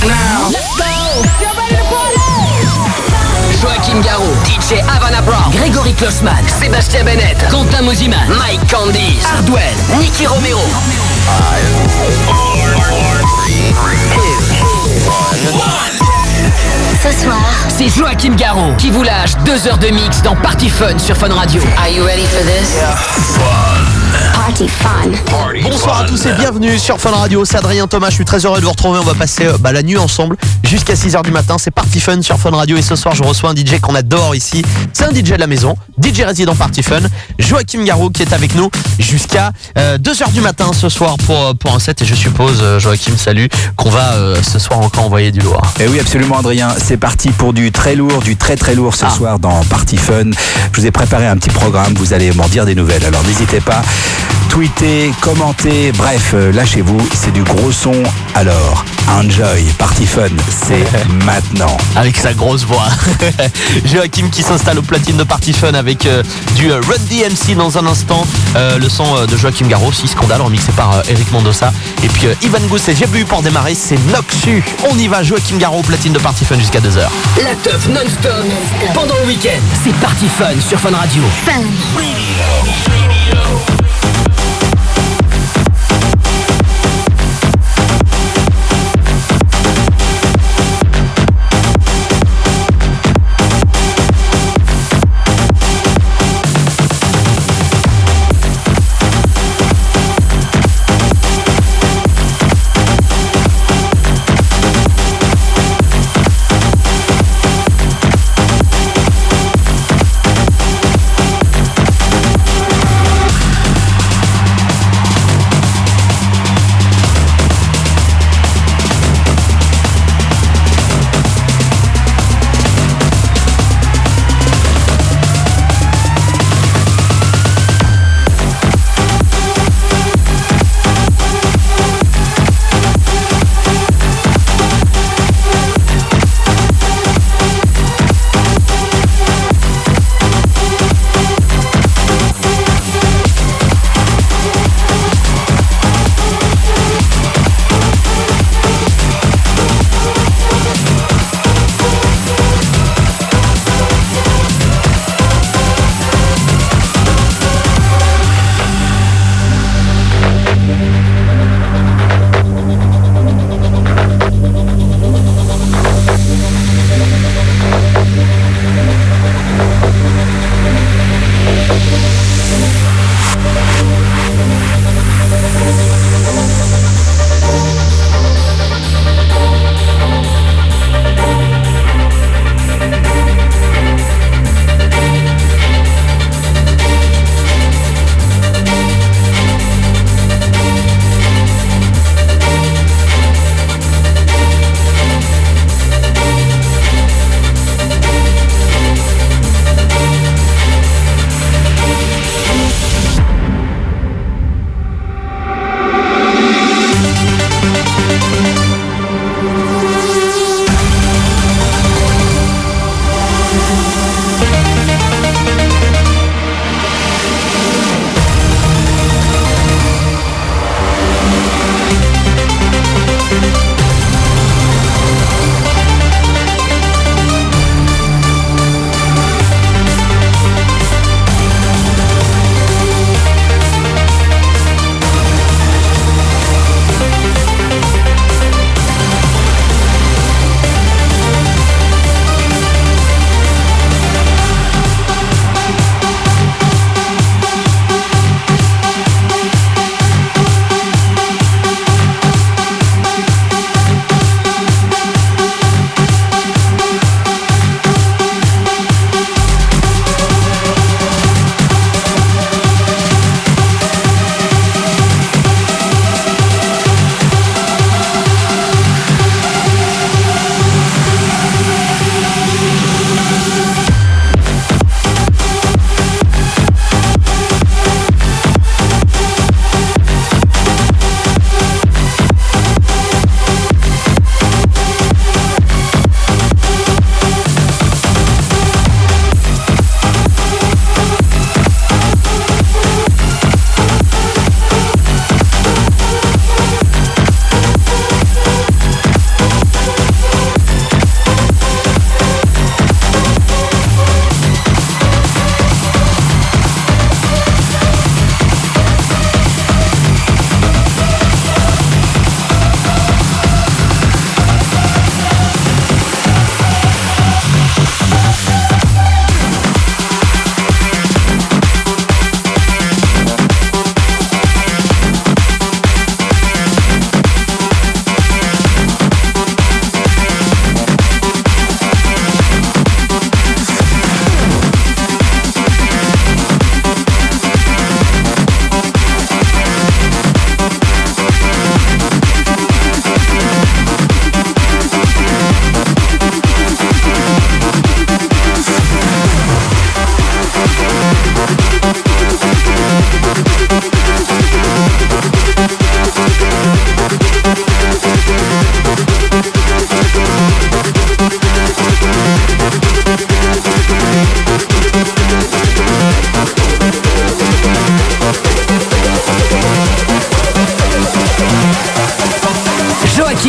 now. Let's go. You're ready to party. Joachim Garraud, DJ Havana Brown, Grégory Klossman, Sébastien Bennett, Quentin Mosiman, Mike Candice, Hardwell, Nicky Romero. 5, 4, 3, 2, 1. Ce soir, c'est Joachim Garraud qui vous lâche 2 heures de mix dans Party Fun sur Fun Radio. Are you ready for this? Yeah. Party Fun. Bonsoir à tous et bienvenue sur Fun Radio, c'est Adrien Thomas, je suis très heureux de vous retrouver, on va passer la nuit ensemble jusqu'à 6h du matin, c'est Party Fun sur Fun Radio et ce soir je reçois un DJ qu'on adore ici, c'est un DJ de la maison, DJ résident Party Fun, Joachim Garraud qui est avec nous jusqu'à 2h du matin ce soir pour un set et je suppose, Joachim, salut, qu'on va ce soir encore envoyer du lourd. Et oui absolument Adrien, c'est parti pour du très lourd ce soir dans Party Fun. Je vous ai préparé un petit programme, vous allez m'en dire des nouvelles, alors n'hésitez pas. Tweetez, commentez, bref, lâchez-vous, c'est du gros son. Alors, enjoy, Party Fun, c'est maintenant. Avec sa grosse voix. Joachim qui s'installe au platine de Party Fun avec du Run DMC dans un instant. Le son de Joachim Garraud, 6 Scandale, remixé par Eric Mendoza. Et puis Ivan Gous et GBU pour démarrer, c'est Noxu. On y va, Joachim Garraud au platine de Party Fun jusqu'à 2h. La teuf non-stop pendant le week-end. C'est Party Fun sur Fun Radio. Fun Radio.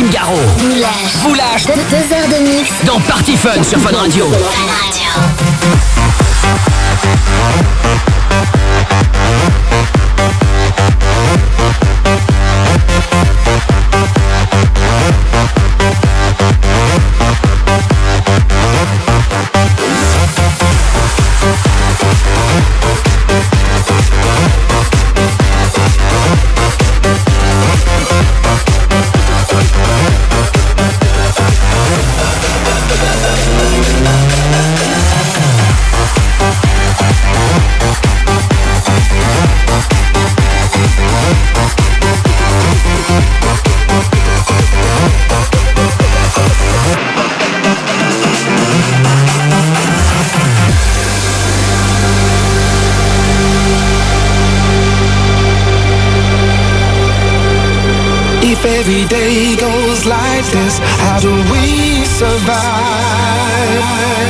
Joachim Garraud. Vous lâche 2 heures de mix dans Party Fun sur Fun Radio. Every day goes like this, how do we survive?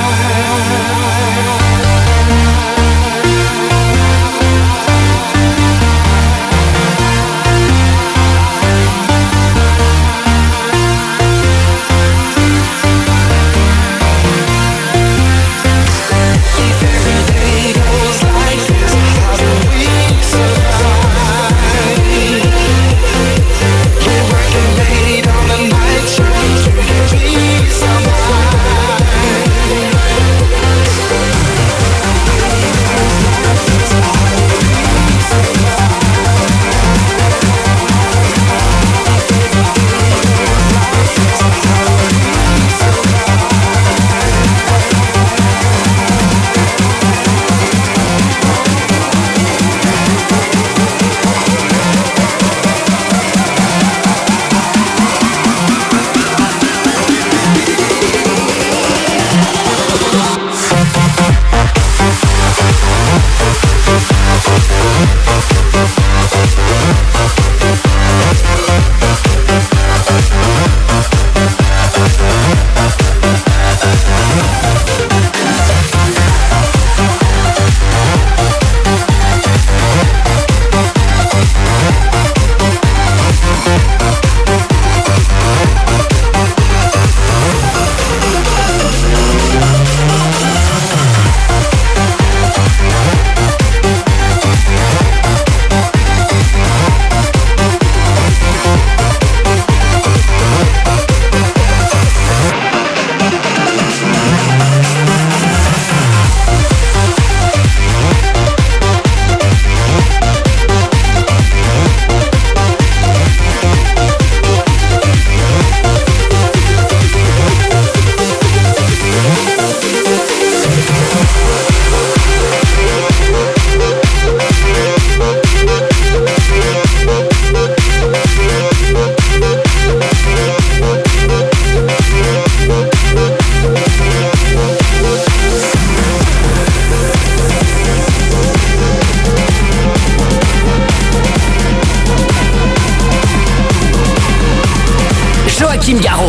Joachim Garraud.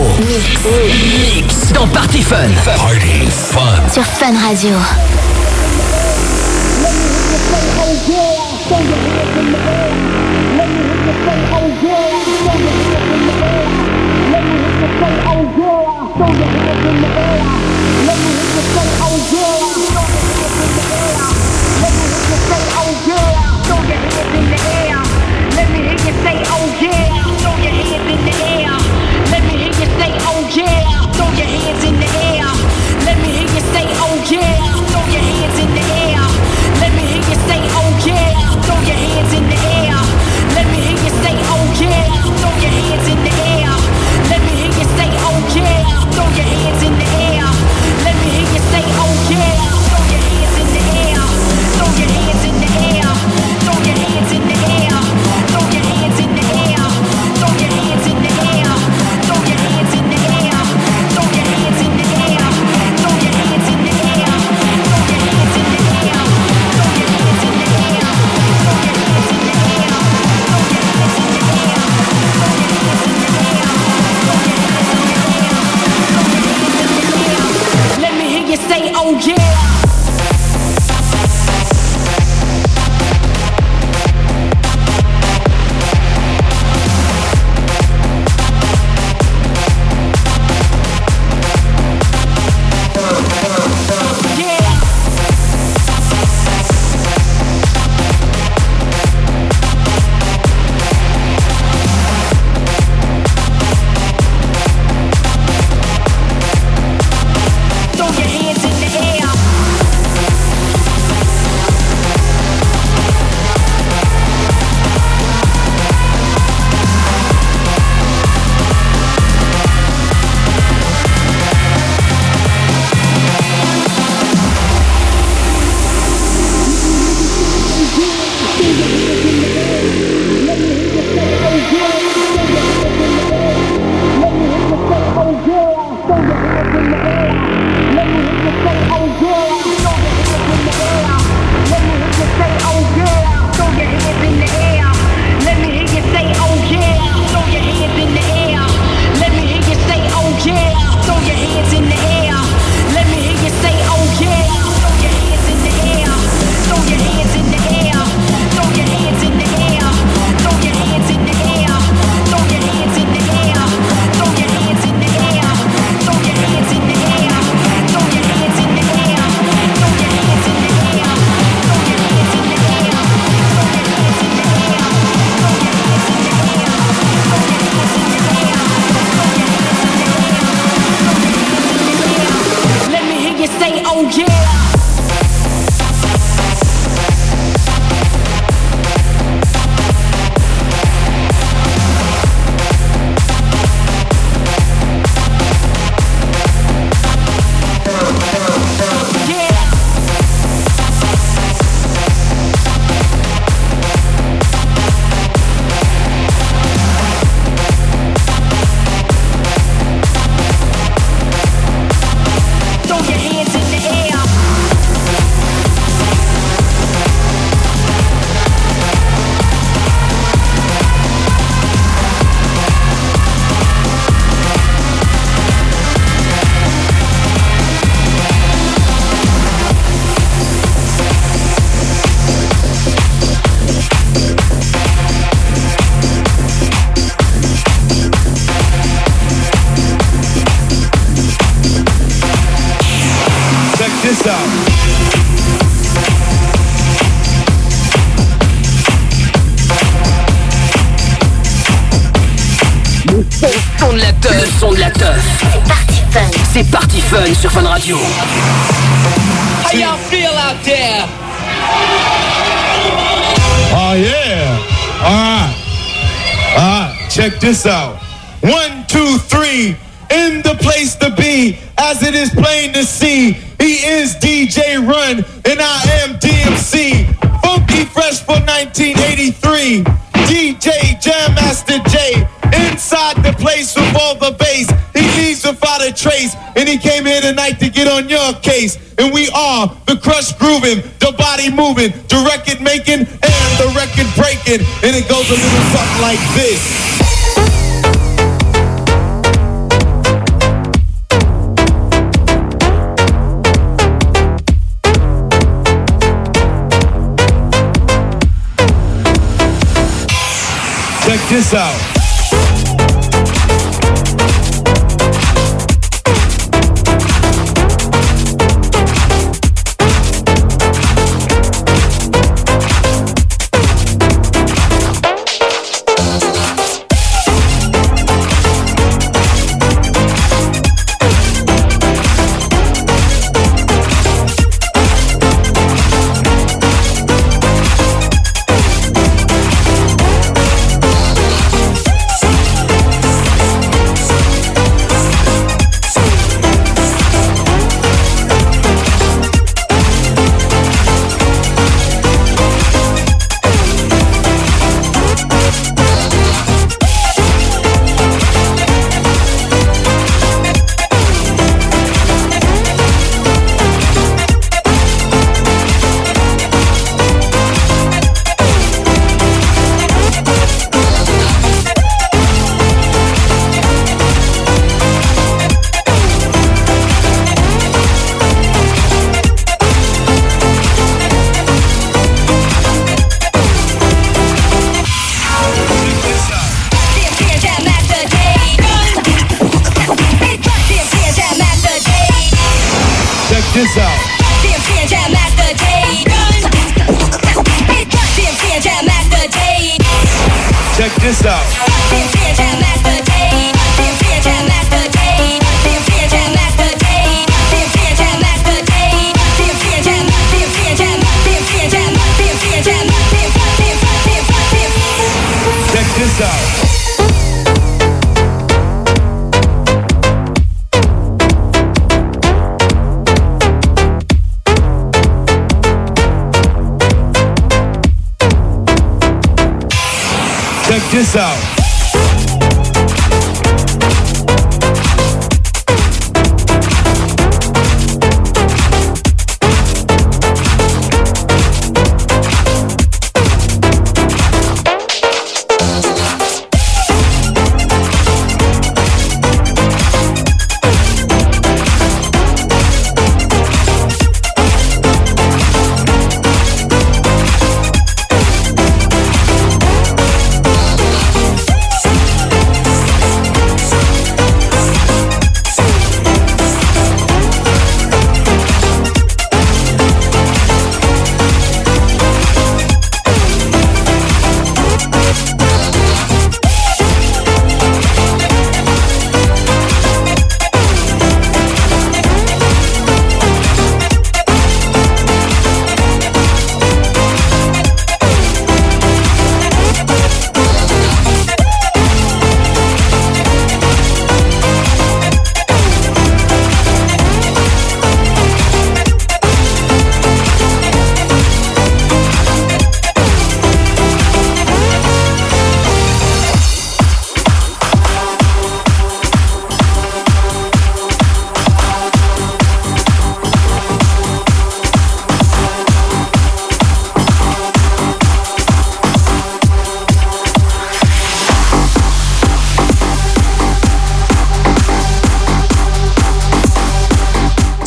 Mix dans Party Fun. Party Fun. sur Fun Radio. Throw your hands in the air. this out. Son de la teuf, son de la teuf. C'est Party Fun. C'est Party Fun sur Fun Radio. How y'all feel out there? Oh yeah. All right, check this out. 1, 2, 3, in the place to be, as it is plain to see. He is DJ Run, and I am DMC. Funky Fresh for 1983. DJ Jam Master J, inside the place with all the bass. He leaves without a trace, and he came here tonight to get on your case. And we are the crush grooving, the body moving, the record making, and the record breaking. And it goes a little something like this. Check this out. This out. DMC and Jam Master J. DMC and Jam Master J. Check this out. DMC and Jam Master J. DMC and Jam Master J. DMC and Jam Master J. DMC and Jam Master J. DMC and Jam. DMC and Jam. DMC and Jam. DMC and Jam. Check this out. Check this out.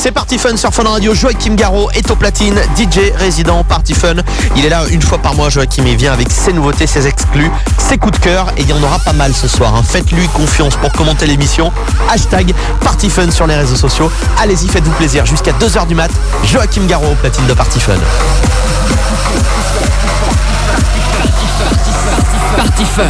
C'est Party Fun sur Fun Radio. Joachim Garraud est au platine, DJ résident Party Fun. Il est là une fois par mois, Joachim. Il vient avec ses nouveautés, ses exclus, ses coups de cœur. Et il y en aura pas mal ce soir. Faites-lui confiance pour commenter l'émission. Hashtag Party Fun sur les réseaux sociaux. Allez-y, faites-vous plaisir. Jusqu'à 2h du mat, Joachim Garraud au platine de Party Fun. Party Fun.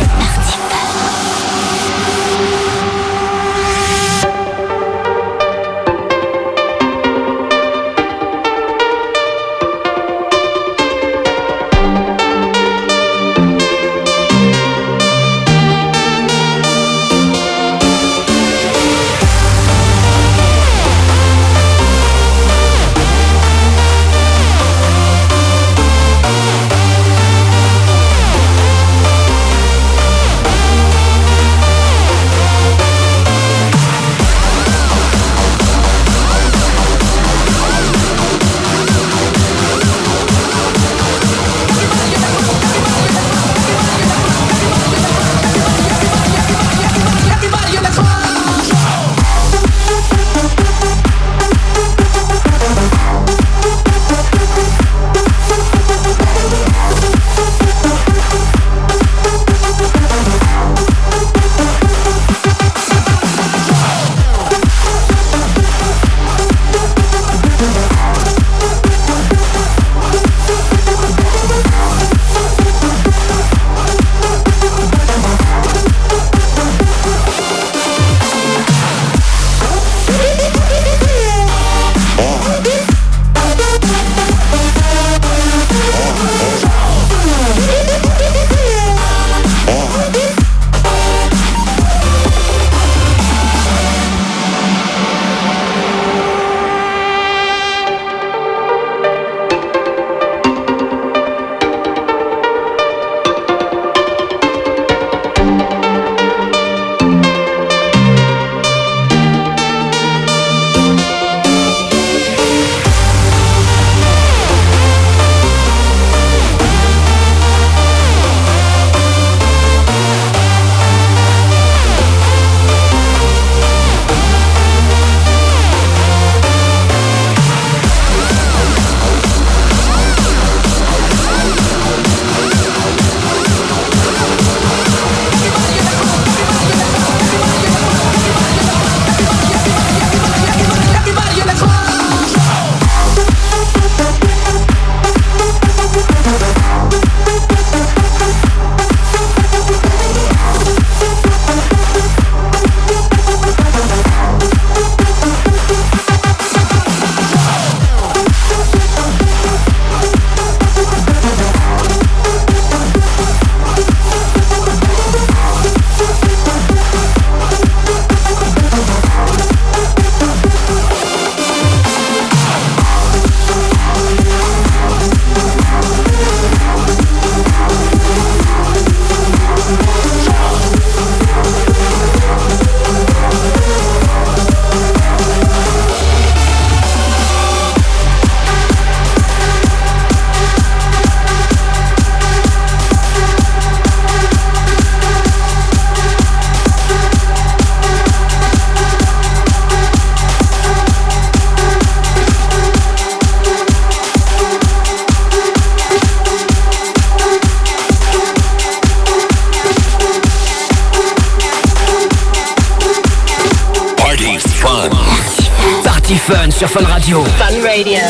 Party Fun sur Fun Radio. Fun Radio.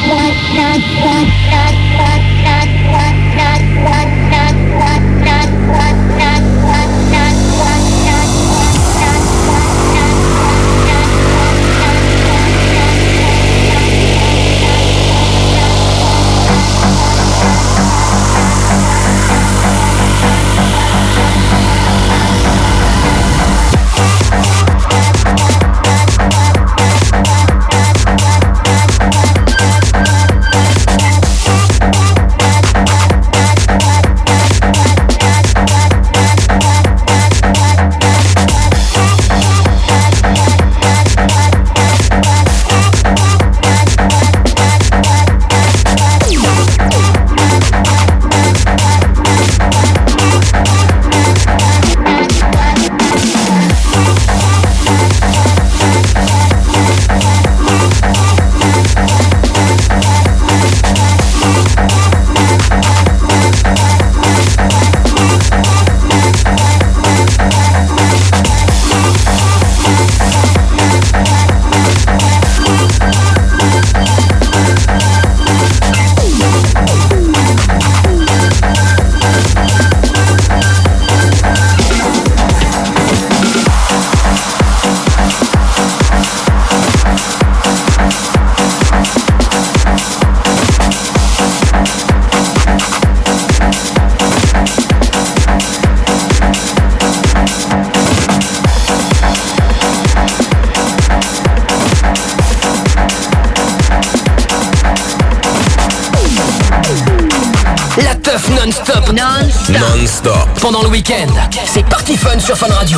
Non-stop. Non-stop. Pendant le week-end, c'est Party Fun sur Fun Radio.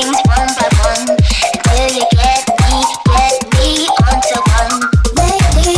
Lately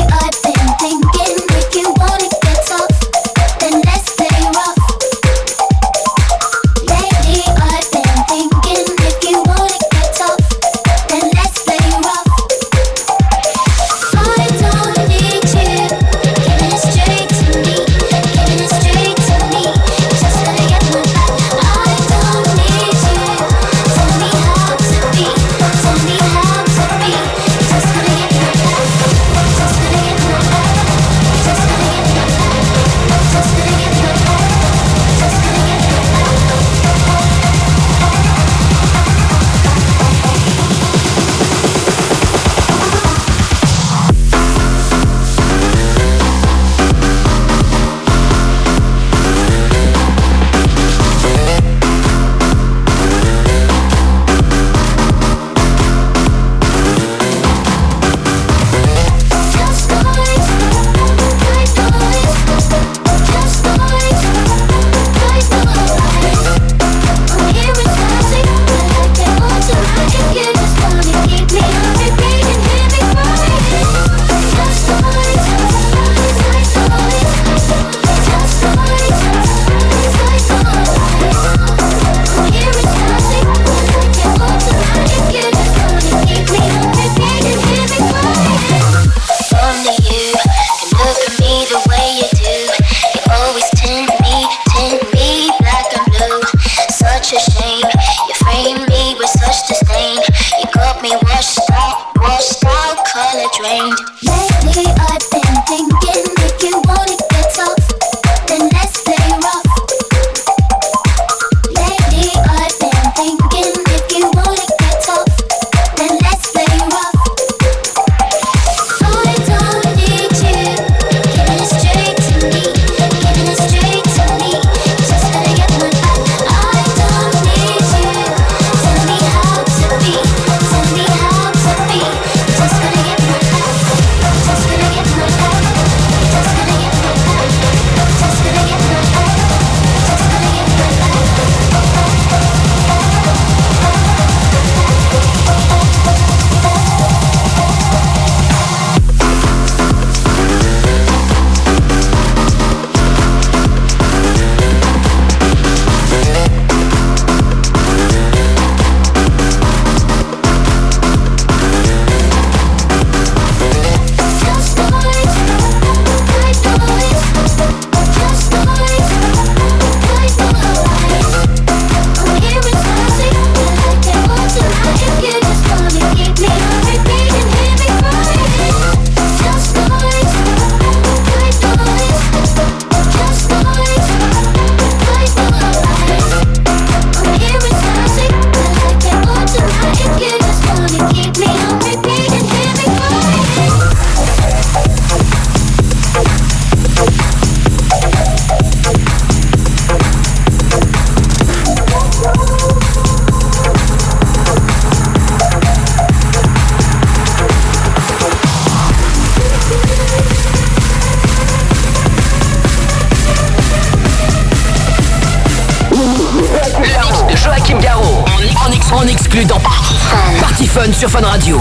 exclus dans Party Fun sur Fun Radio.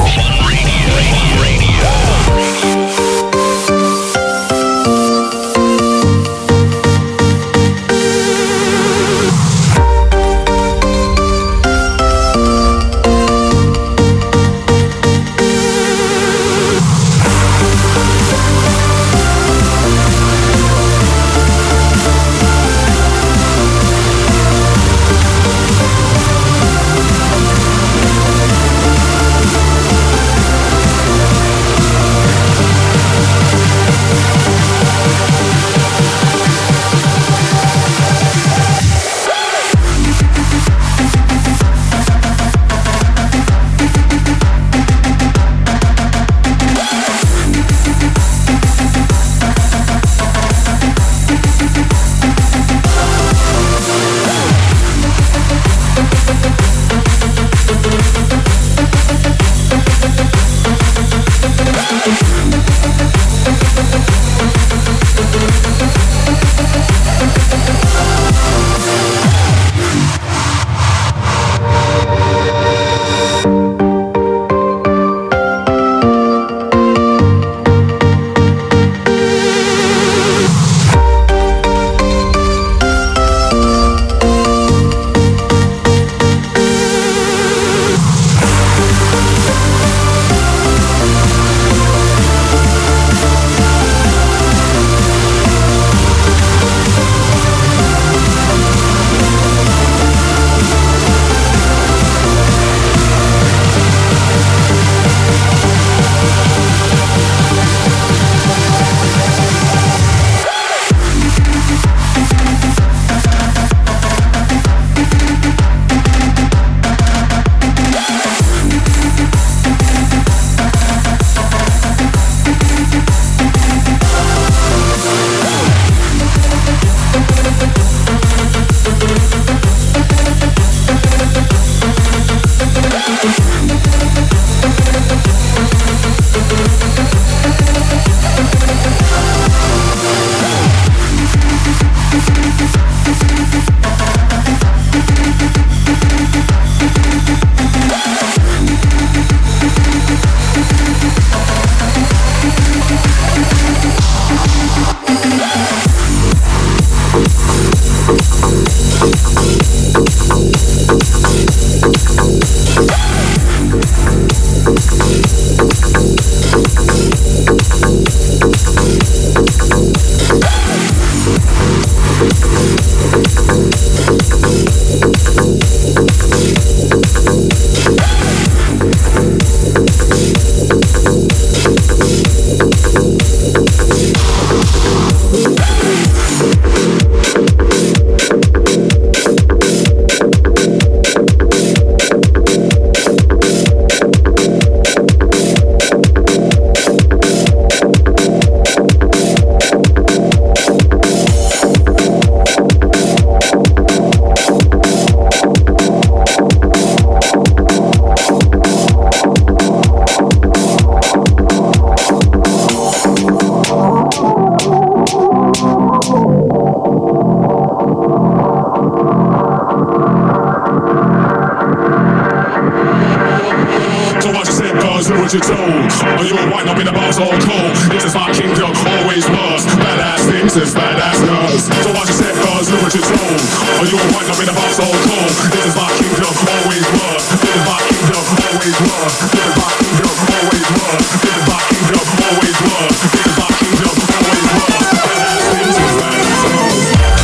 what you're told. Or you'll wind up in the bars all cold. This is my kingdom, always was. Badass things is badass girls. So watch your step, cause do what you're told. Or you'll wind up in the bars all cold. This is my kingdom, always was. This is my kingdom, always was. This is my kingdom, always was. This is my kingdom, always was. This is my kingdom, always was. Badass things is badass girls.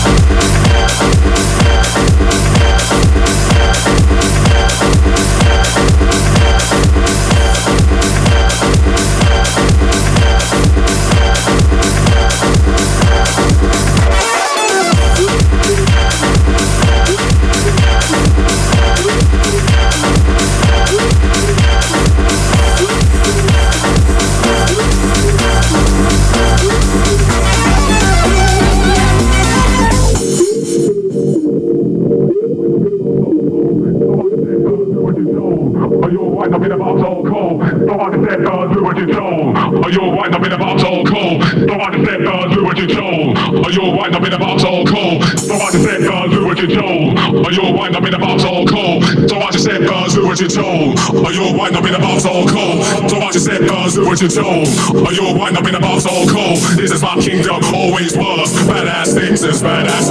Wind up in the box all cold. Don't want to step, do what you're told. Or you'll wind up in the box all cold. Don't want to step, do what you're told. Or you'll wind up in the box all cold. Don't want to step, do what you're told. Or you'll wind up in the box all cold. Don't want to step, cause do what you're told. Or you'll wind up in a box all cold. So watch your step, cause do what you're told. Or you'll wind up in a box all cold. This is my kingdom, always was. Badass things is badass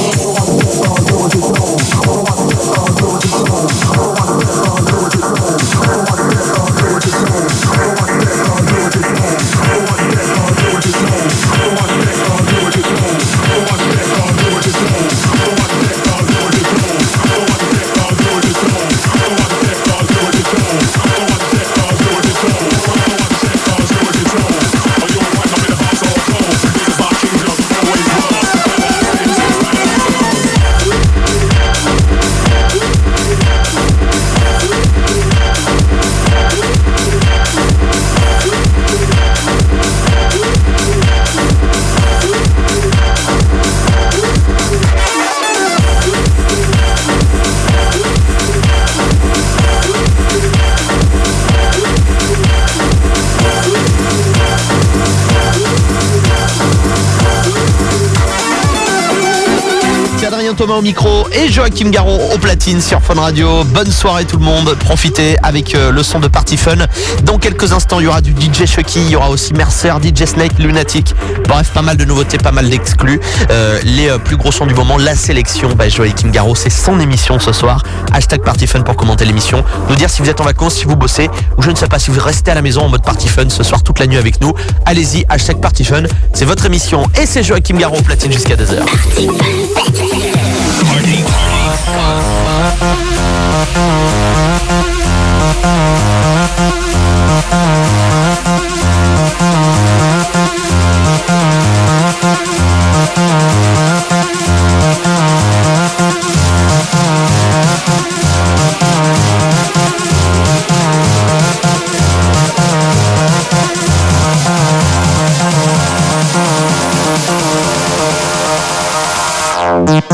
Thomas au micro et Joachim Garraud au platine sur Fun Radio. Bonne soirée tout le monde, profitez avec le son de Party Fun. Dans quelques instants il y aura du DJ Chucky, il y aura aussi Mercer, DJ Snake, Lunatic. Bref, pas mal de nouveautés, pas mal d'exclus. Les plus gros sons du moment, la sélection. Joachim Garraud, c'est son émission ce soir. Hashtag Party Fun pour commenter l'émission. Nous dire si vous êtes en vacances, si vous bossez ou je ne sais pas, si vous restez à la maison en mode Party Fun ce soir toute la nuit avec nous. Allez-y, hashtag Party Fun. C'est votre émission et c'est Joachim Garraud au platine jusqu'à 2h. Party.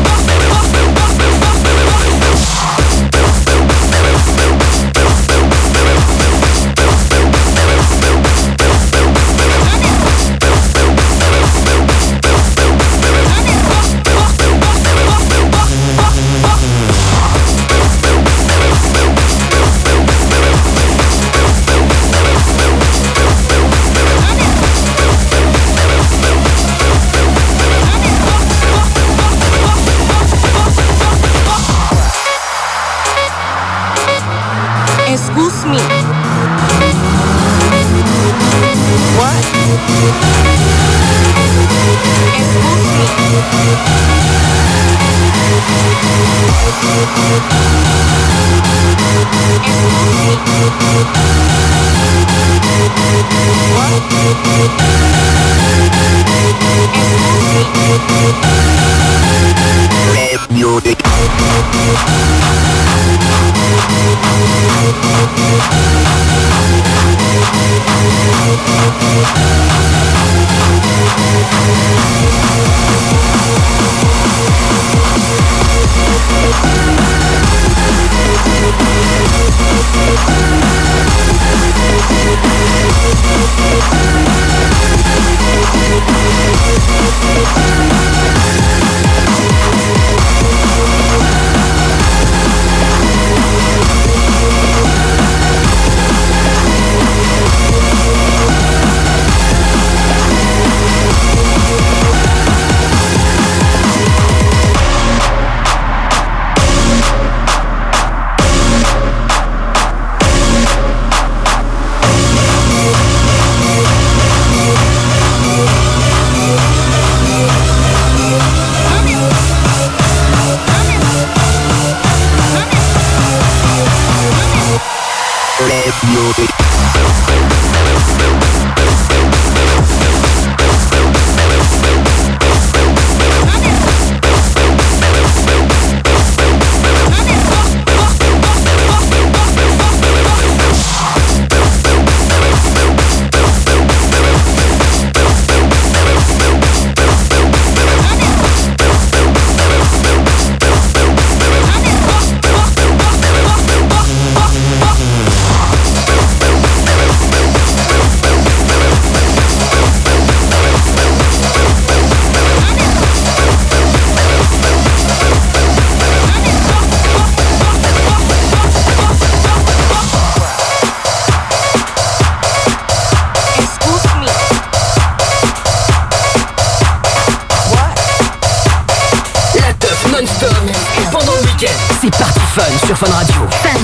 sur Fun Radio.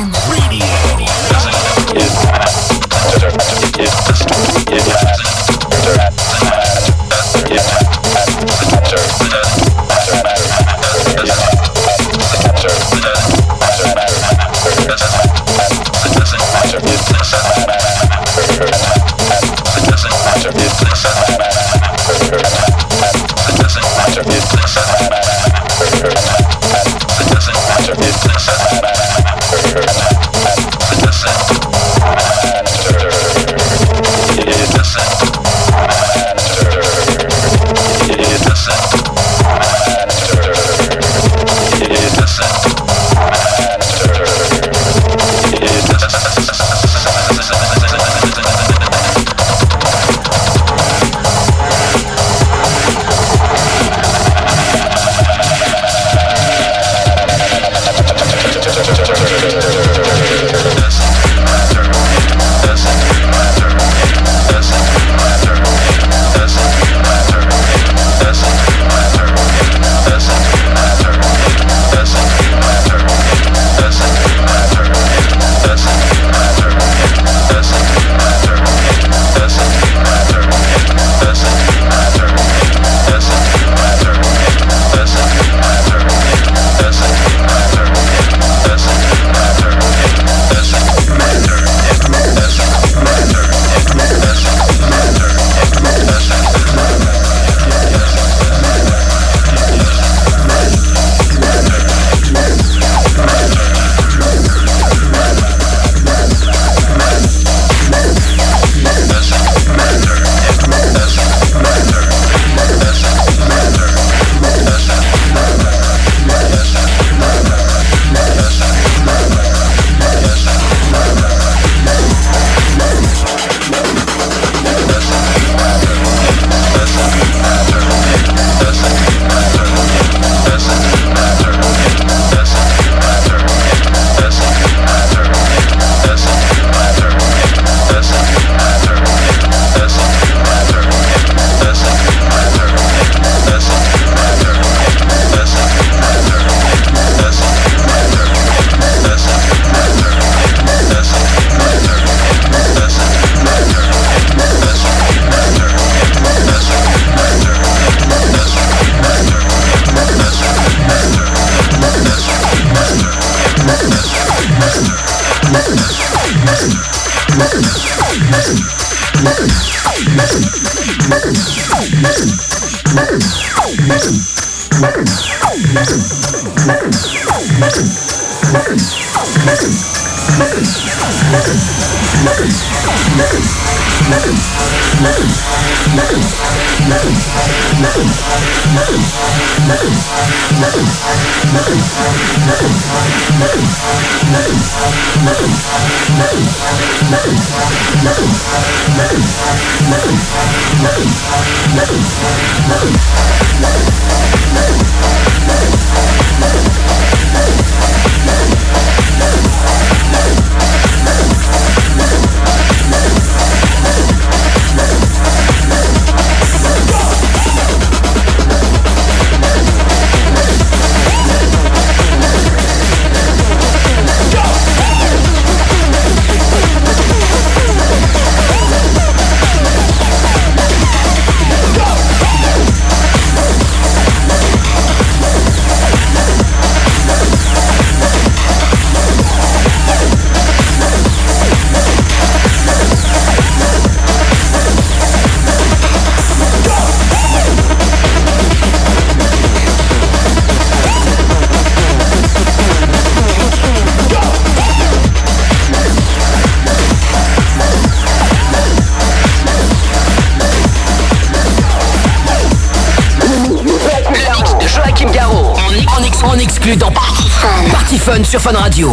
En exclu dans Party Fun sur Fun Radio.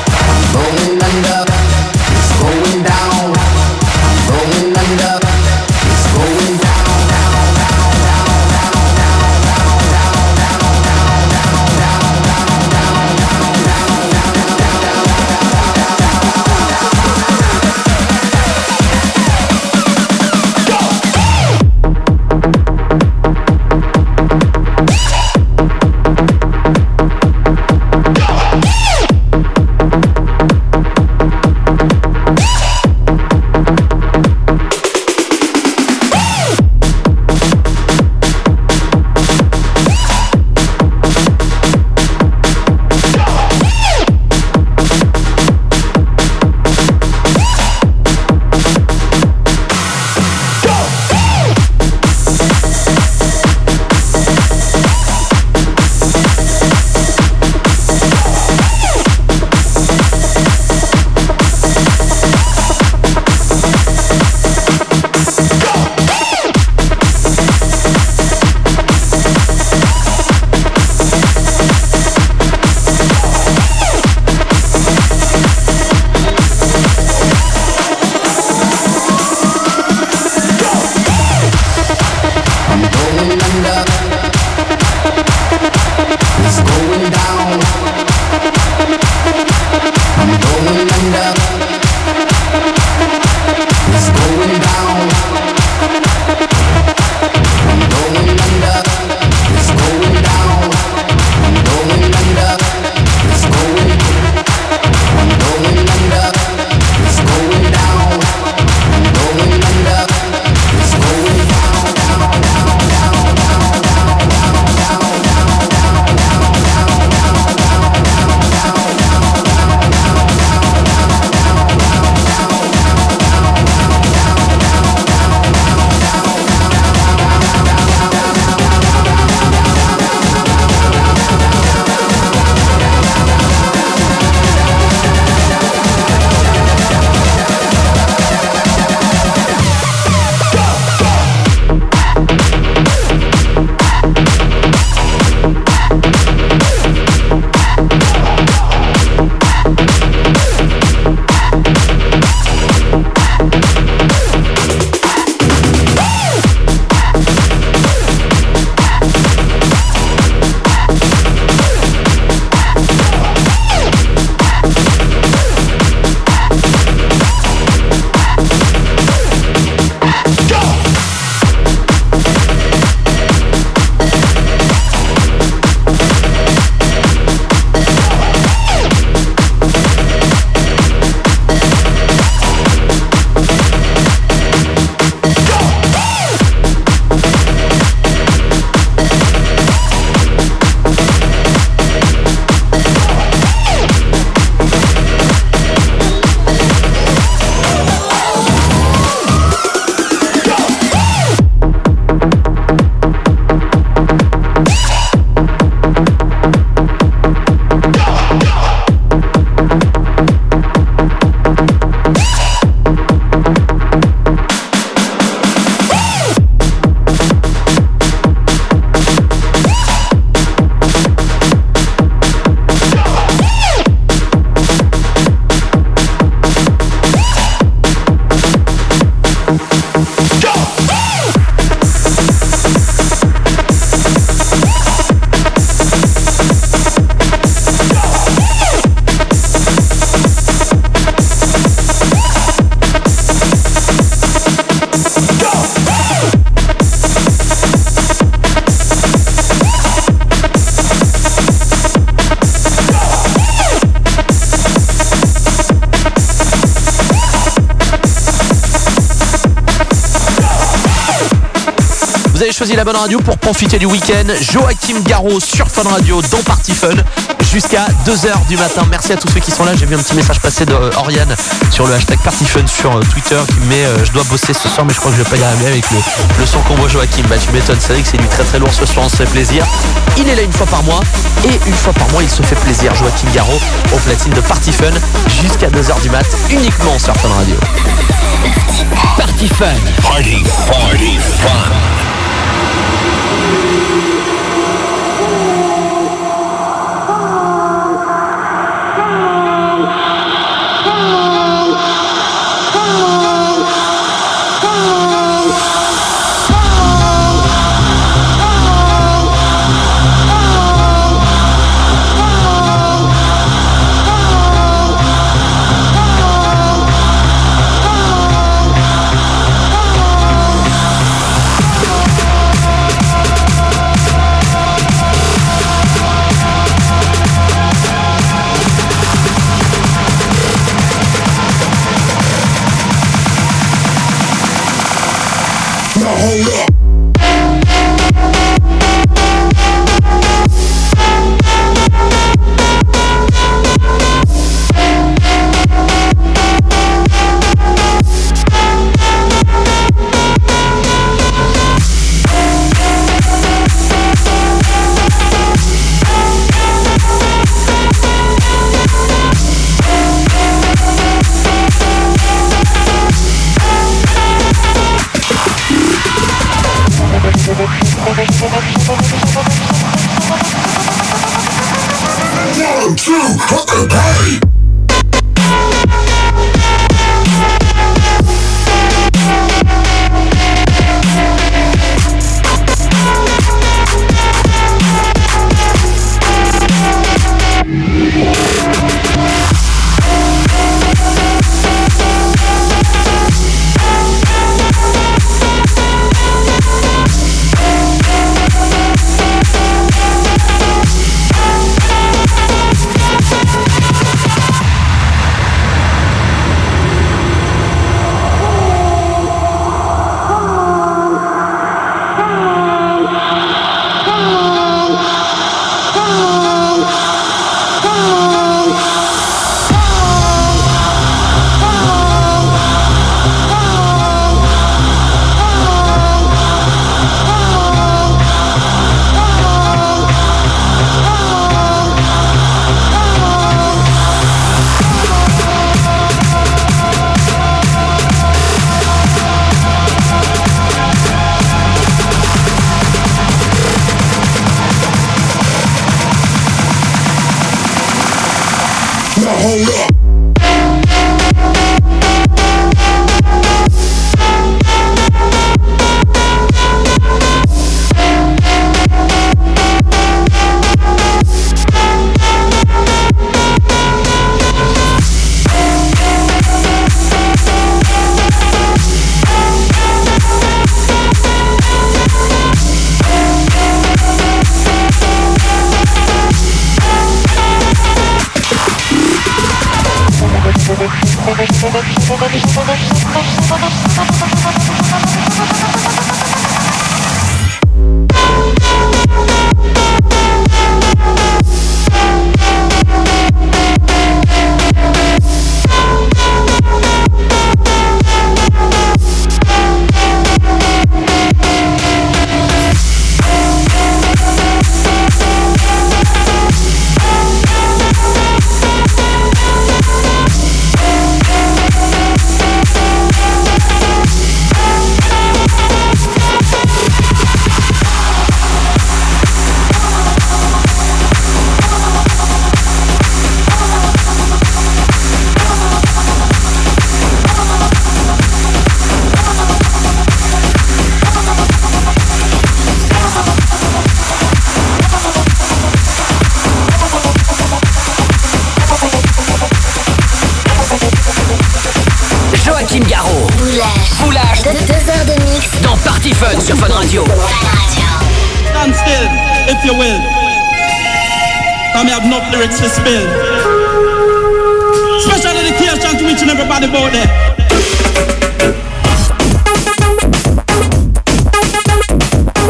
Going down, going under. avez choisi la bonne radio pour profiter du week-end. Joachim Garraud sur Fun Radio dans Party Fun jusqu'à 2h du matin. Merci à tous ceux qui sont là. J'ai vu un petit message passer de Oriane sur le hashtag Party Fun sur Twitter qui me met je dois bosser ce soir mais je crois que je vais pas y arriver avec le son qu'on voit Joachim. Bah tu m'étonnes, c'est vrai que c'est du très très lourd ce soir, on se fait plaisir. Il est là une fois par mois et une fois par mois il se fait plaisir. Joachim Garraud au platine de Party Fun jusqu'à 2h du mat uniquement sur Fun Radio. Party Fun. Party fun. Hold up. One, two, huckleberry. Hold up. Joachim Garraud. Foulage. 2 heures de mix dans Party Fun sur Fun Radio. Stand still, if you will. Come have enough lyrics to spill. Special dedication to each and everybody out there.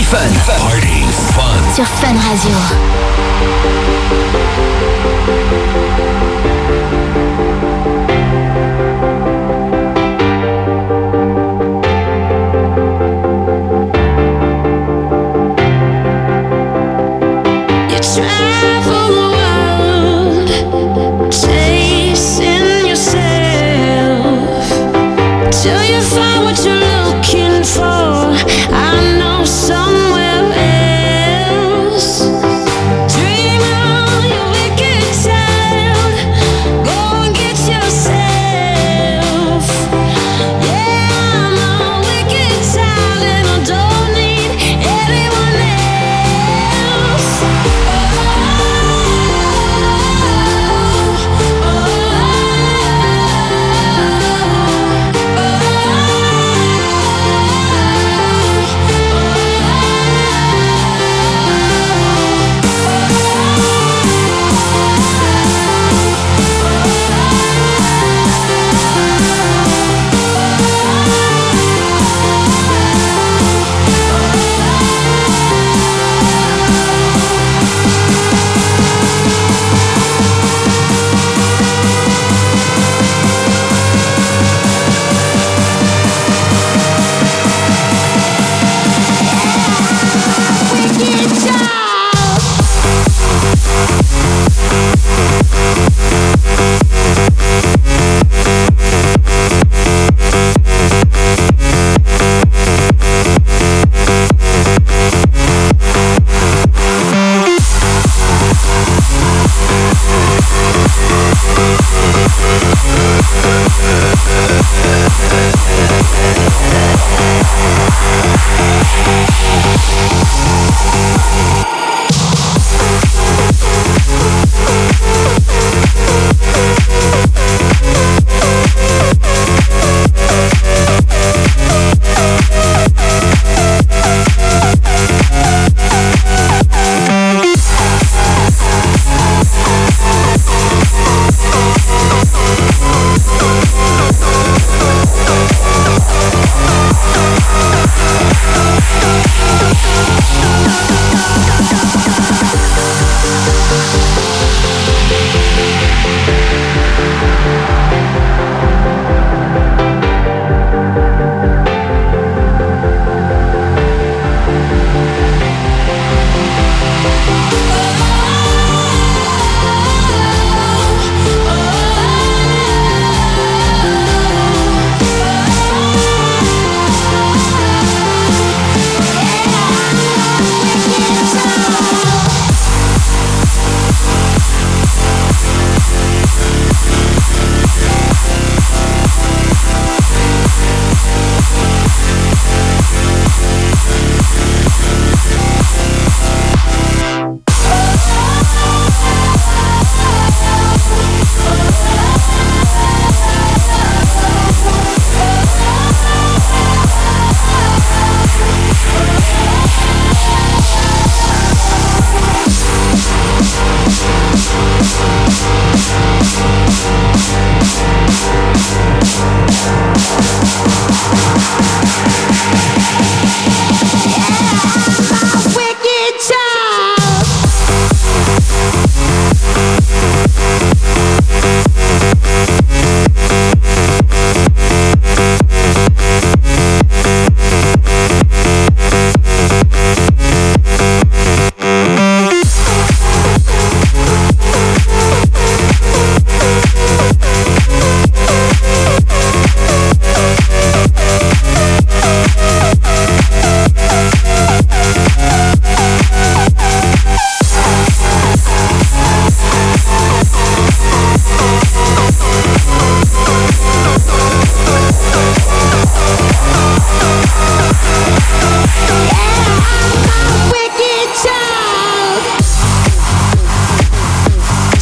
Fun. Party Fun. Sur Fun Radio. Travel the world, chasing yourself till you find what you're looking for. I know somewhere else. Do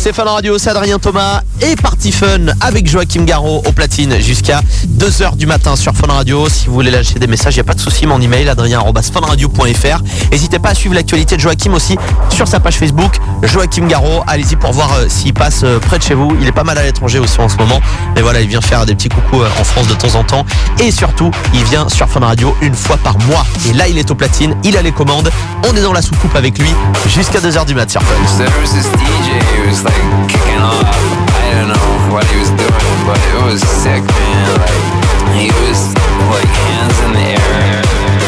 c'est Fun Radio, c'est Adrien Thomas et Party Fun avec Joachim Garraud au platine jusqu'à 2h du matin sur Fun Radio. Si vous voulez lâcher des messages, il n'y a pas de souci, mon email adrien@funradio.fr. N'hésitez pas à suivre l'actualité de Joachim aussi sur sa page Facebook, Joachim Garraud. Allez-y pour voir s'il passe près de chez vous. Il est pas mal à l'étranger aussi en ce moment. Mais voilà, il vient faire des petits coucous en France de temps en temps. Et surtout, il vient sur Fun Radio une fois par mois. Et là, il est au platine, il a les commandes. On est dans la soucoupe avec lui jusqu'à 2h du mat sur Fun. DJ, he was like kicking off. I don't know what he was doing, but it was sick, man. Like he was like hands in the air.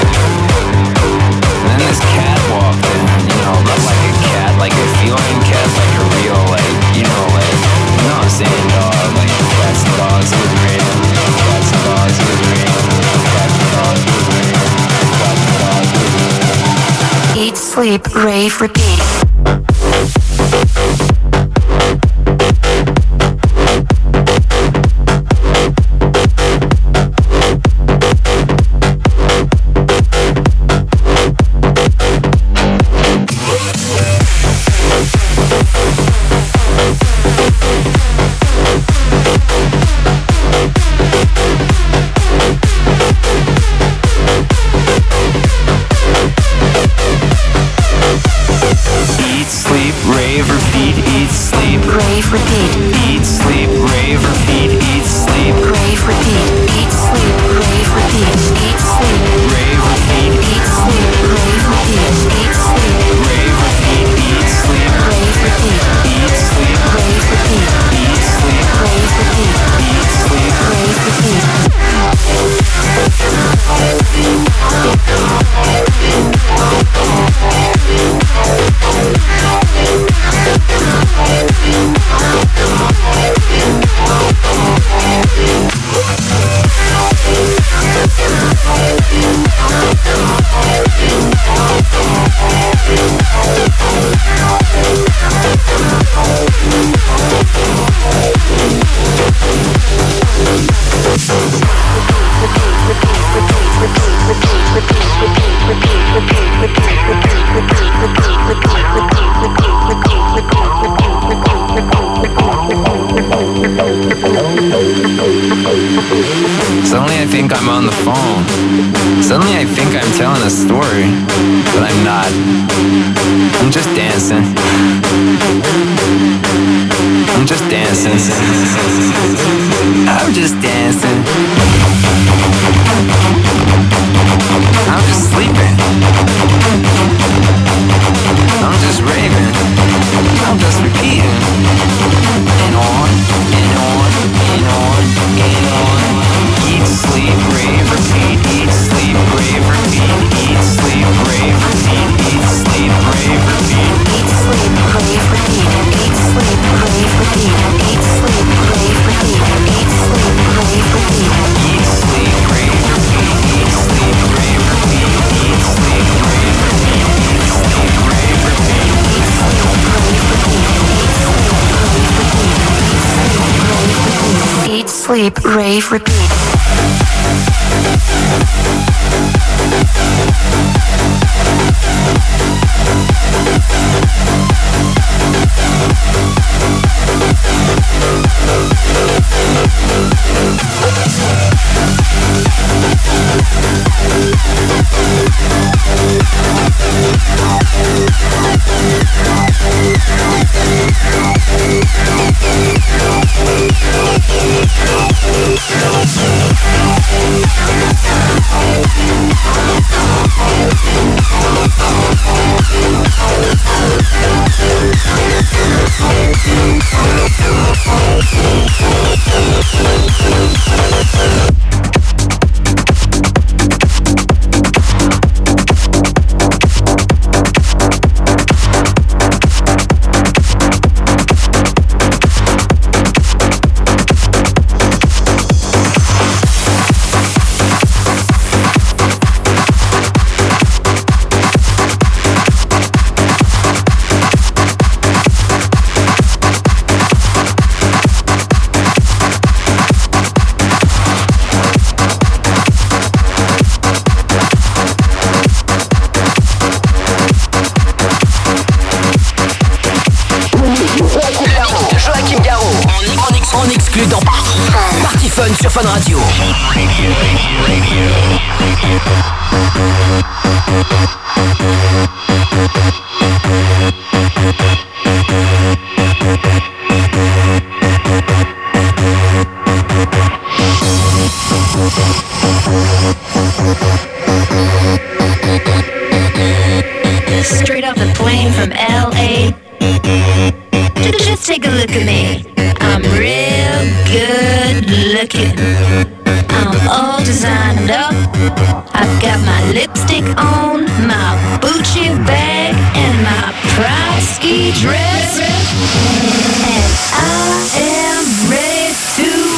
And then this cat walked in, not like a cat, like a feline cat, like a real, like what I'm saying, dog, like cats and dogs, it was raining. Cats and dogs, it was raining. Cats and dogs, it was raining. Cats and dogs, it was raining. Eat, sleep, rave, repeat. Suddenly I think I'm on the phone. Suddenly I think I'm telling a story, but I'm not. I'm just dancing. I'm just dancing. I'm just dancing. I'm just sleeping. I'm just raving. I'm just repeating. And on, and on, and on, and on. Eat, sleep, rave, repeat. Eat, sleep, rave, repeat. Eat, sleep, rave, repeat. Eat, sleep, rave, repeat. Eat, sleep, rave, repeat. Eat, sleep, rave, repeat. Eat, sleep, rave, repeat. Eat, sleep, rave, repeat. Eat, sleep, rave, repeat. Eat, sleep, rave, repeat. Eat, sleep, rave, repeat. Eat, sleep, rave, repeat. Eat, sleep, rave, repeat. exclus dans Party Fun sur Fun Radio. Straight off the plane from LA. Just take a look at me. I'm real good looking. I'm all designed up. I've got my lipstick on, my Gucci bag, and my proud ski dress. And I am ready to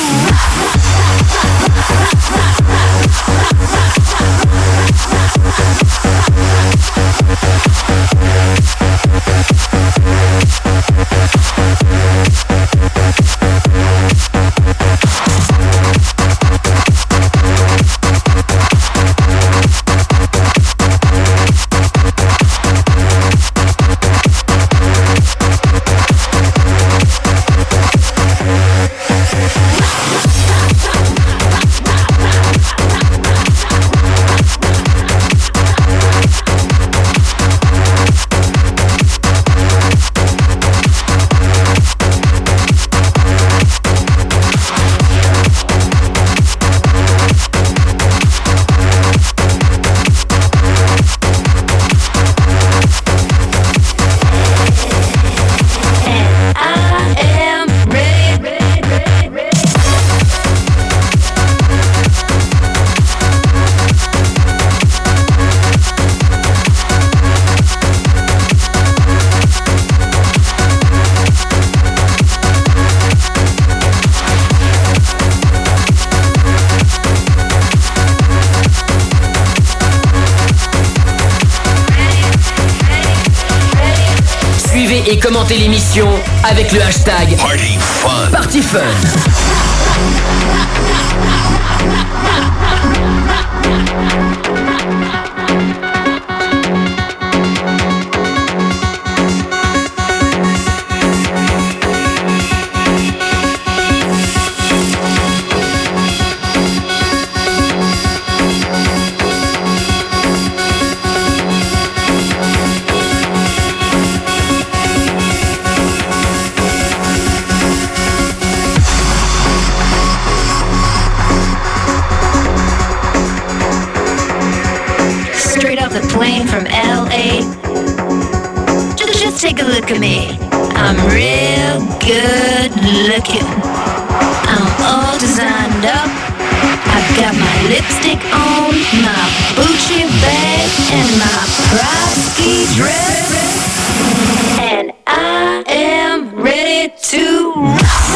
et commentez l'émission avec le hashtag Party Fun. Plane from LA. Just take a look at me. I'm real good looking. I'm all designed up. I've got my lipstick on, my Gucci bag, and my proud ski dress. And I am ready to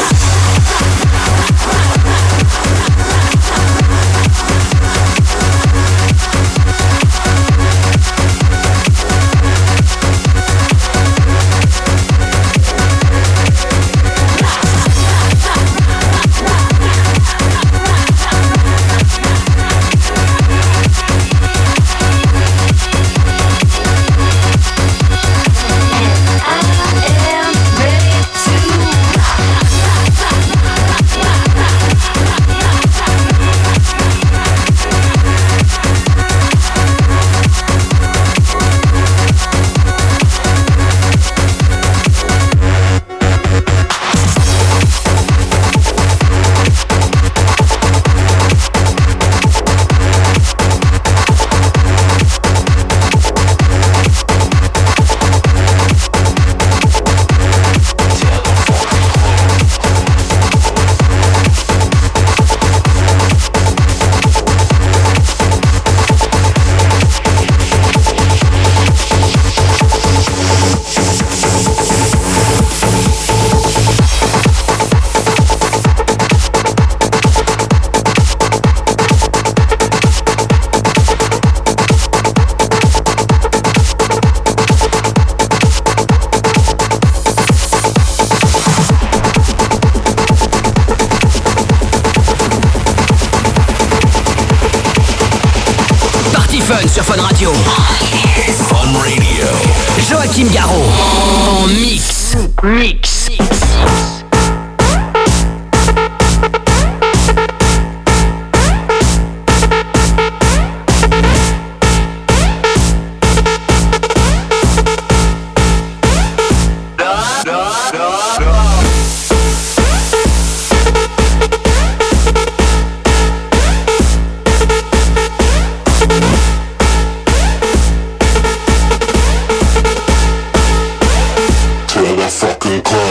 sur Fun Radio. Fun Radio. Joachim Garraud en mix.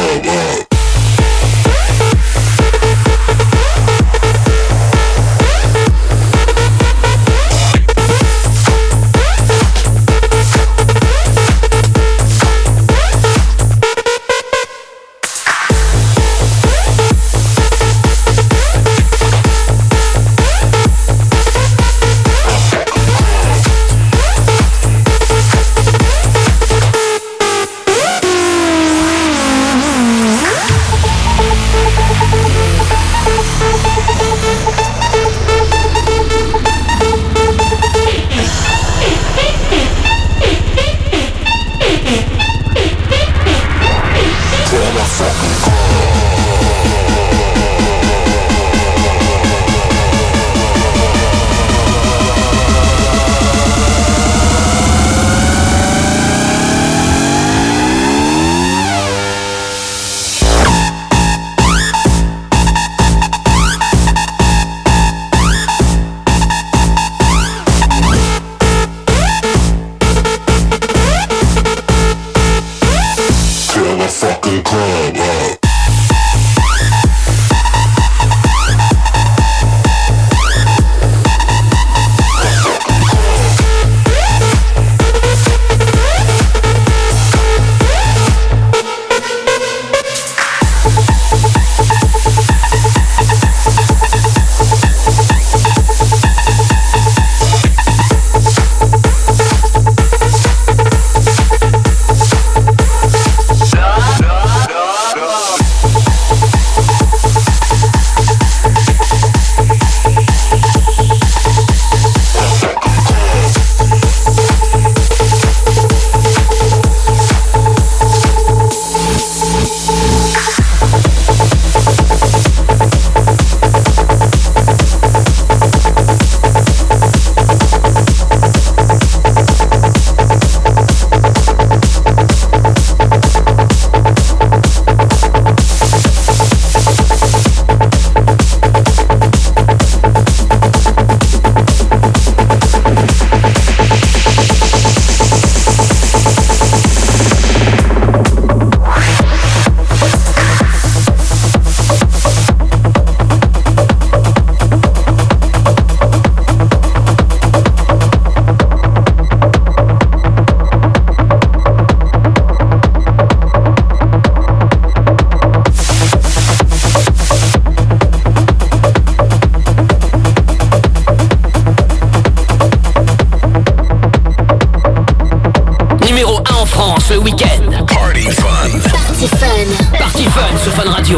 ce week-end. Party Fun. Party Fun. Party Fun sur Fun Radio.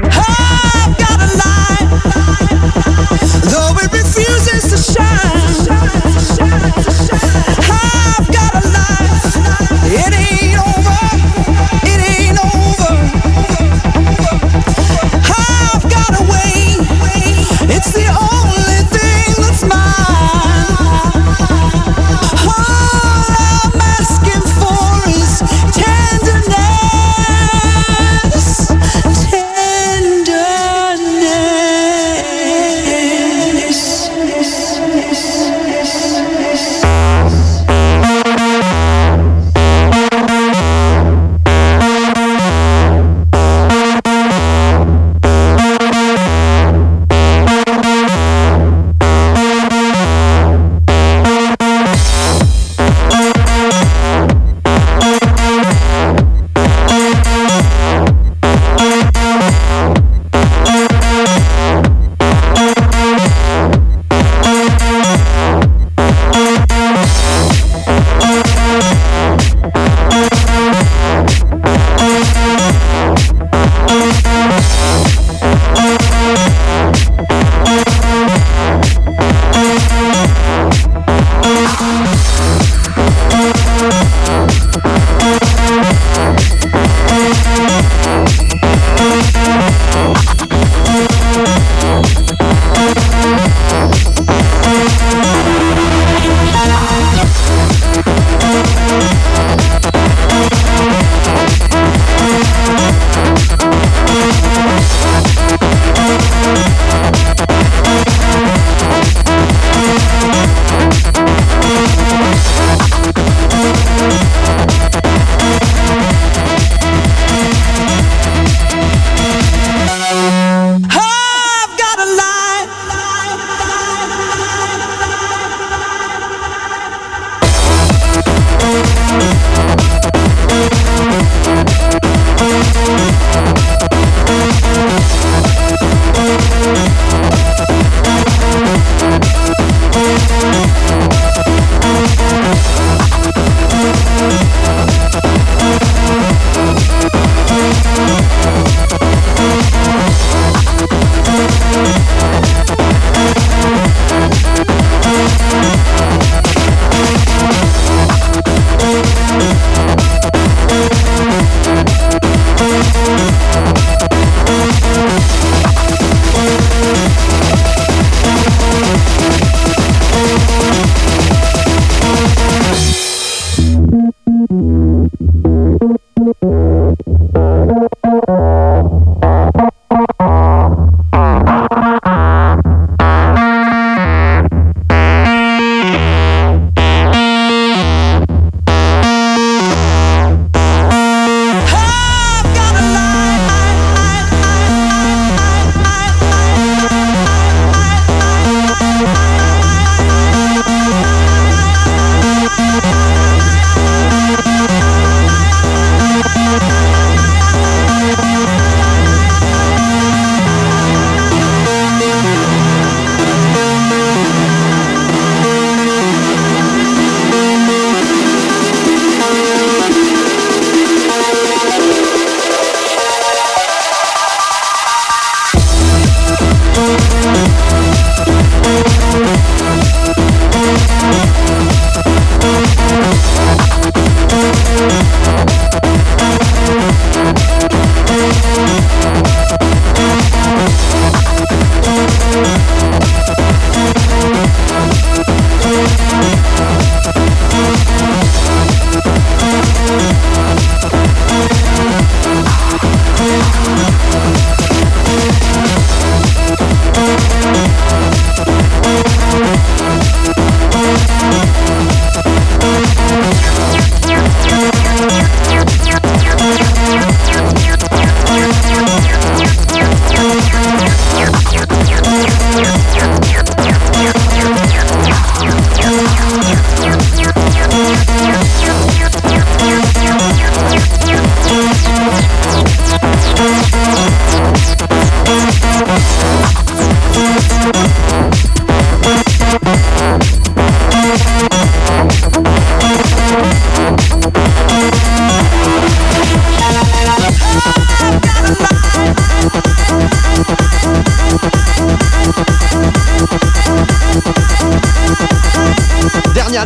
I've got a light, though it refuses to shine. I've got a light, it ain't over, it ain't over. I've got a way, it's the only thing that's mine. All I'm asking for is tenderness, tenderness.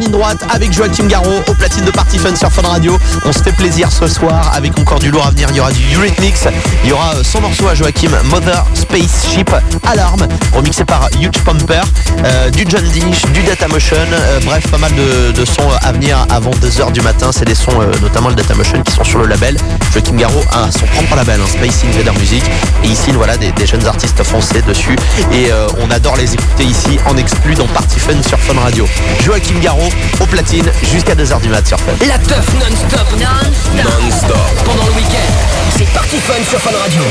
ligne droite avec Joachim Garraud au platine de Party Fun sur Fun Radio. On se fait plaisir ce soir avec encore du lourd à venir. Il y aura du Eurythmics, il y aura son morceau à Joachim, Mother Spaceship Alarm, remixé par Huge Pumper, du John Dish, du Datamotion, bref, pas mal de sons à venir avant 2h du matin. C'est des sons, notamment le Datamotion, qui sont sur le label. Joachim Garraud a son propre label, Space Invader Music, et il signe des jeunes artistes français dessus, et on adore les écouter ici en exclu dans Party Fun sur Fun Radio. Joachim Garraud au platine jusqu'à 2h du mat sur Fun. La teuf non-stop. Non-stop. Pendant le week-end, c'est Party Fun sur Fun Radio.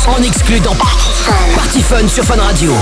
En exclu dans Party Fun sur Fun Radio.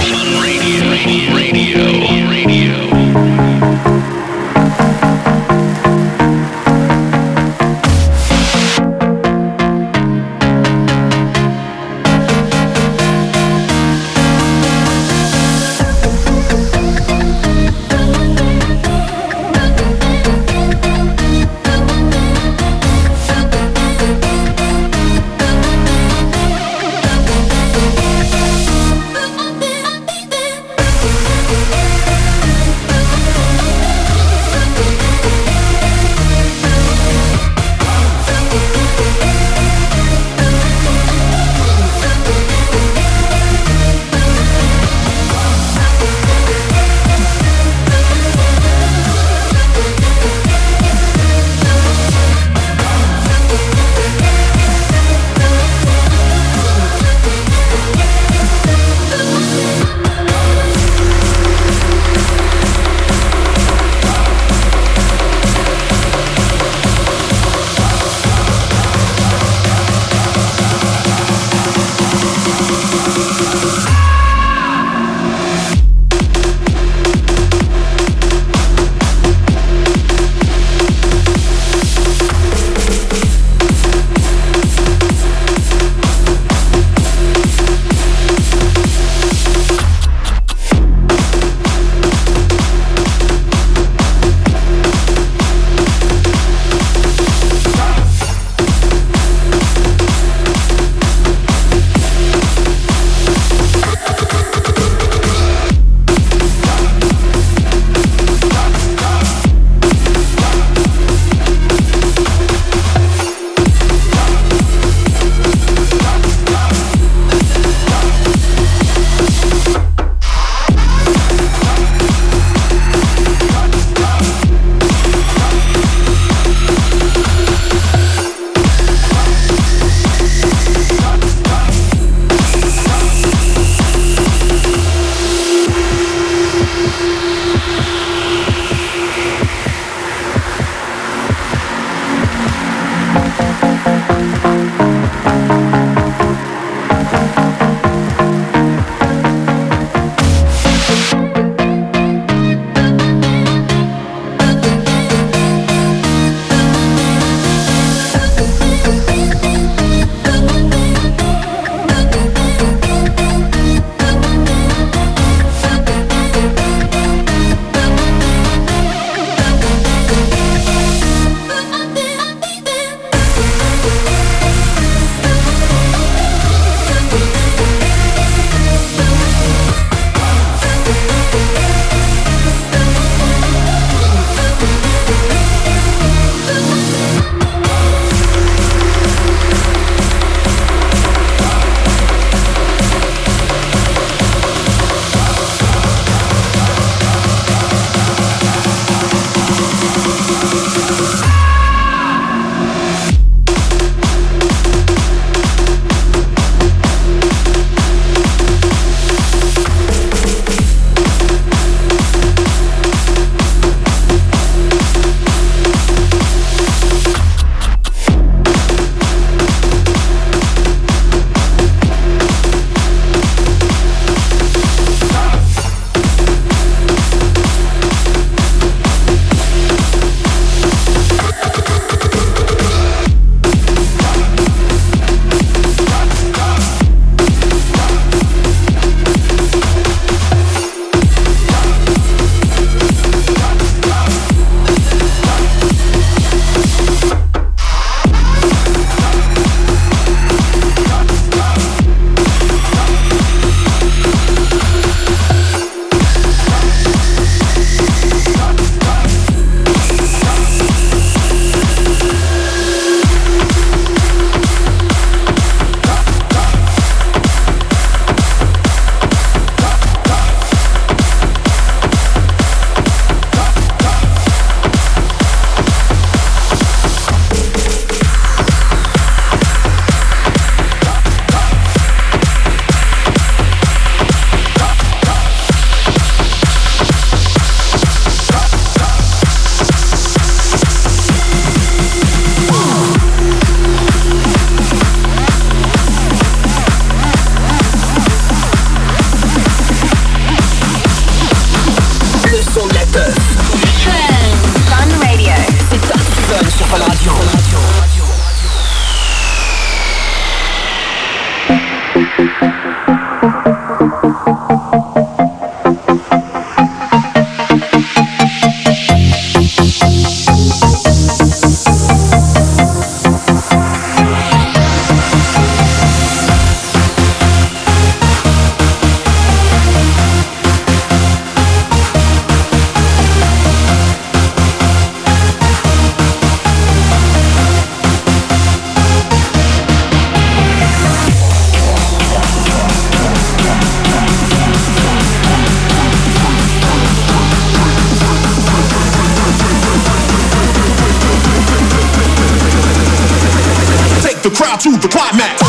The crowd to the climax.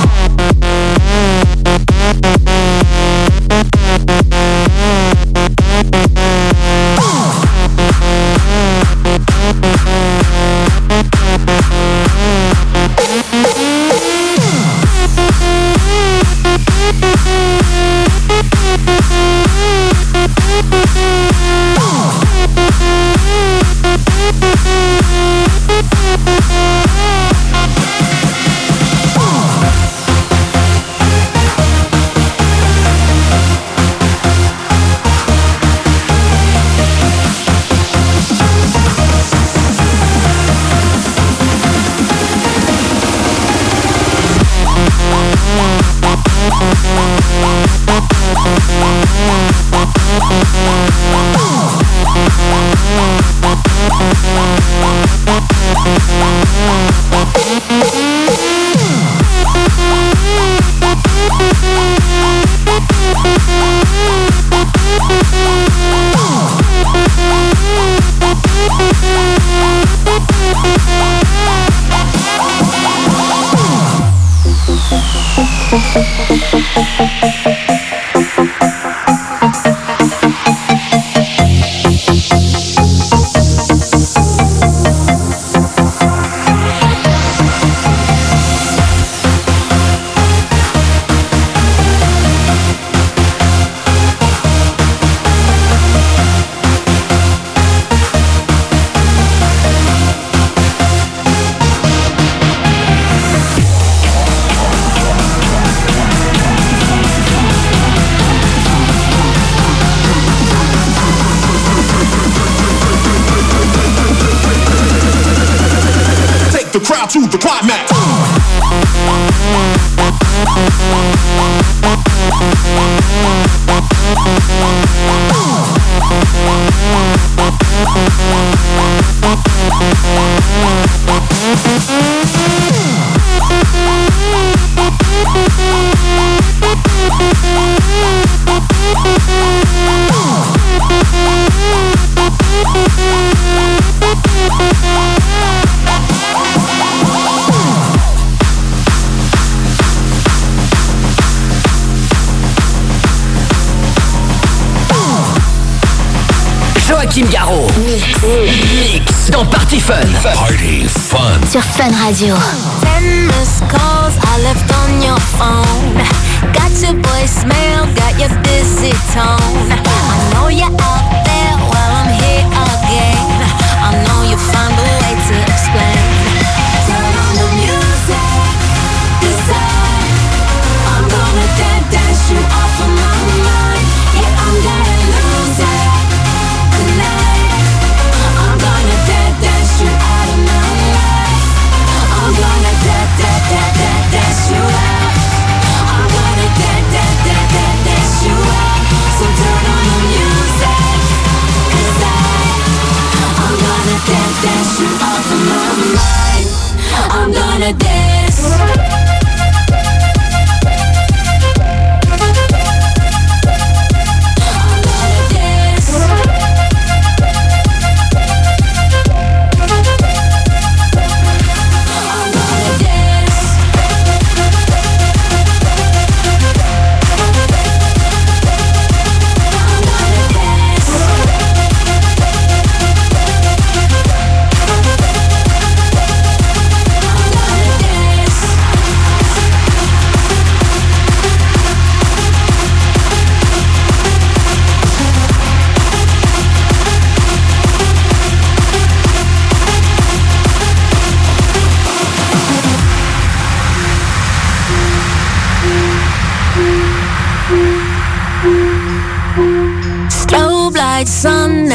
The crowd to the climax. Joachim Garraud. Mix dans Party Fun. Party Fun. Sur Fun Radio. 10 missed calls I left on your phone. Got your voicemail, got your busy tone. I know you're out there while I'm here again. I know you find a way to explain. Turn on the music, 'cause I'm gonna dash you off of my mind. Yeah, I'm gonna lose it tonight. I'm gonna dash you out of my life. I'm gonna dash you out. I'm gonna dash you out. So turn on the music.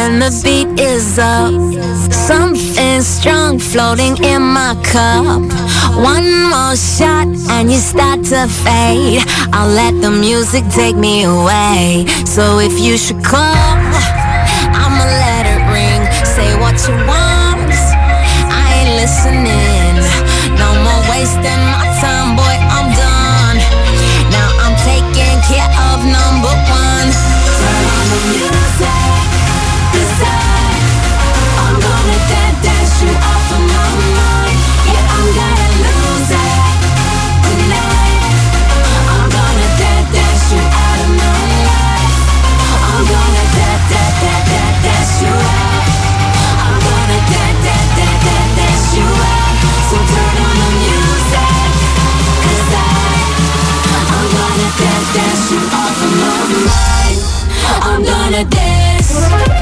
and the beat is up. Something strong floating in my cup. One more shot and you start to fade. I'll let the music take me away. So if you should call, I'ma let it ring. Say what you want, I ain't listening. No more wasting my time, boy, I'm done. Now I'm taking care of number one. Turn on the music, 'cause I'm gonna dash you off of my mind. Yeah, I'm gonna lose it tonight. I'm gonna dash you out of my life. I'm gonna dash you out. I'm gonna dash you out. So turn on the music, 'cause I'm gonna dash you off of my mind. I'm gonna dance.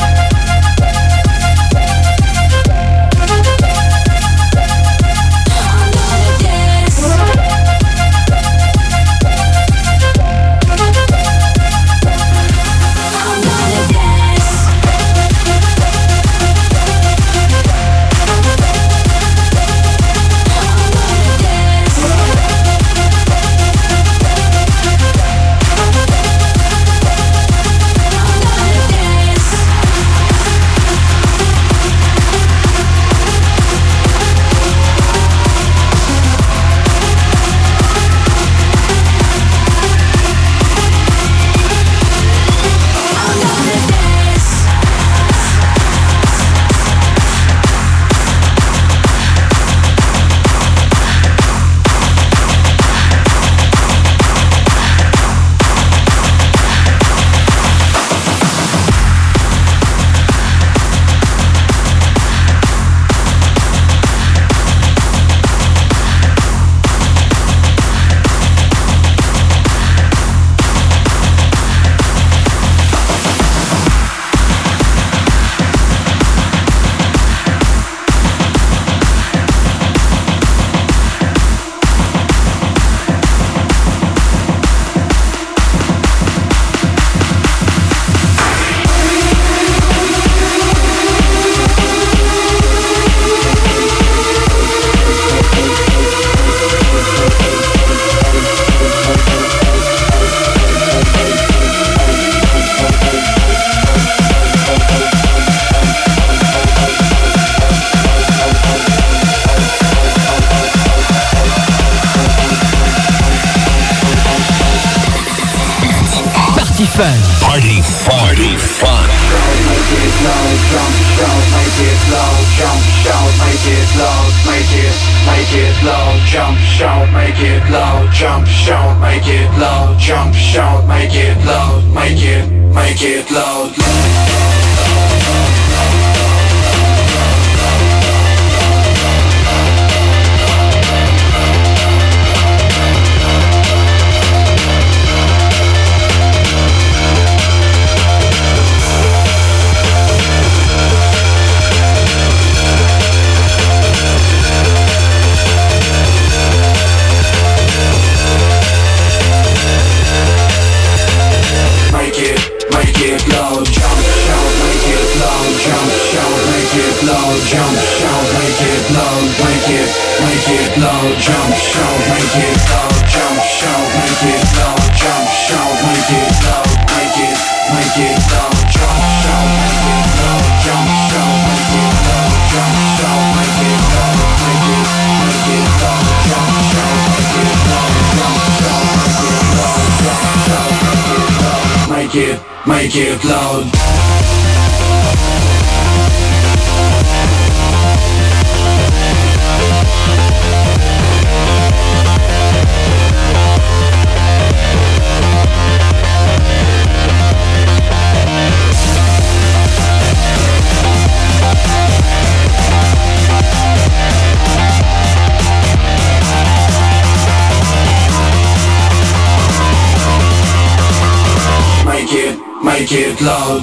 Party fun. Make it low, jump, shout, make it low, jump, shout, make it low, make it low, jump, shout, make it low, jump, shout, make it low, jump, shout, make it low, make it loud. Make it loud, jump, shout, make it loud, jump, shout, make it loud, jump, shout, make it loud, make it loud, jump, shout, make it loud, jump, shout, make it loud, jump, shout, make it loud, make it loud, jump, shout, make it loud, jump, shout, make it loud, jump, shout, make it loud, make it loud, jump, shout, make it loud, jump, shout, make it loud, jump, shout, make it loud, make it loud. Make it loud.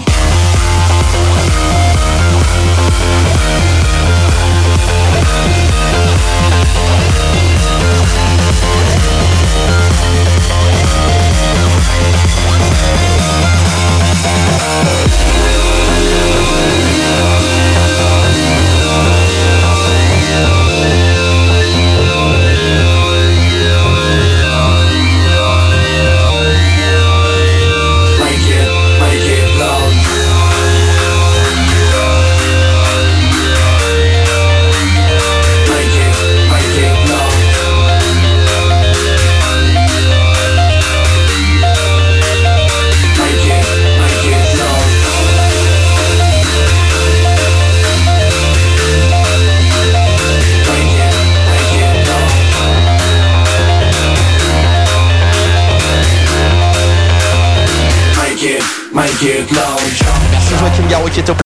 make it low, jump. Merci Joachim Garraud qui est au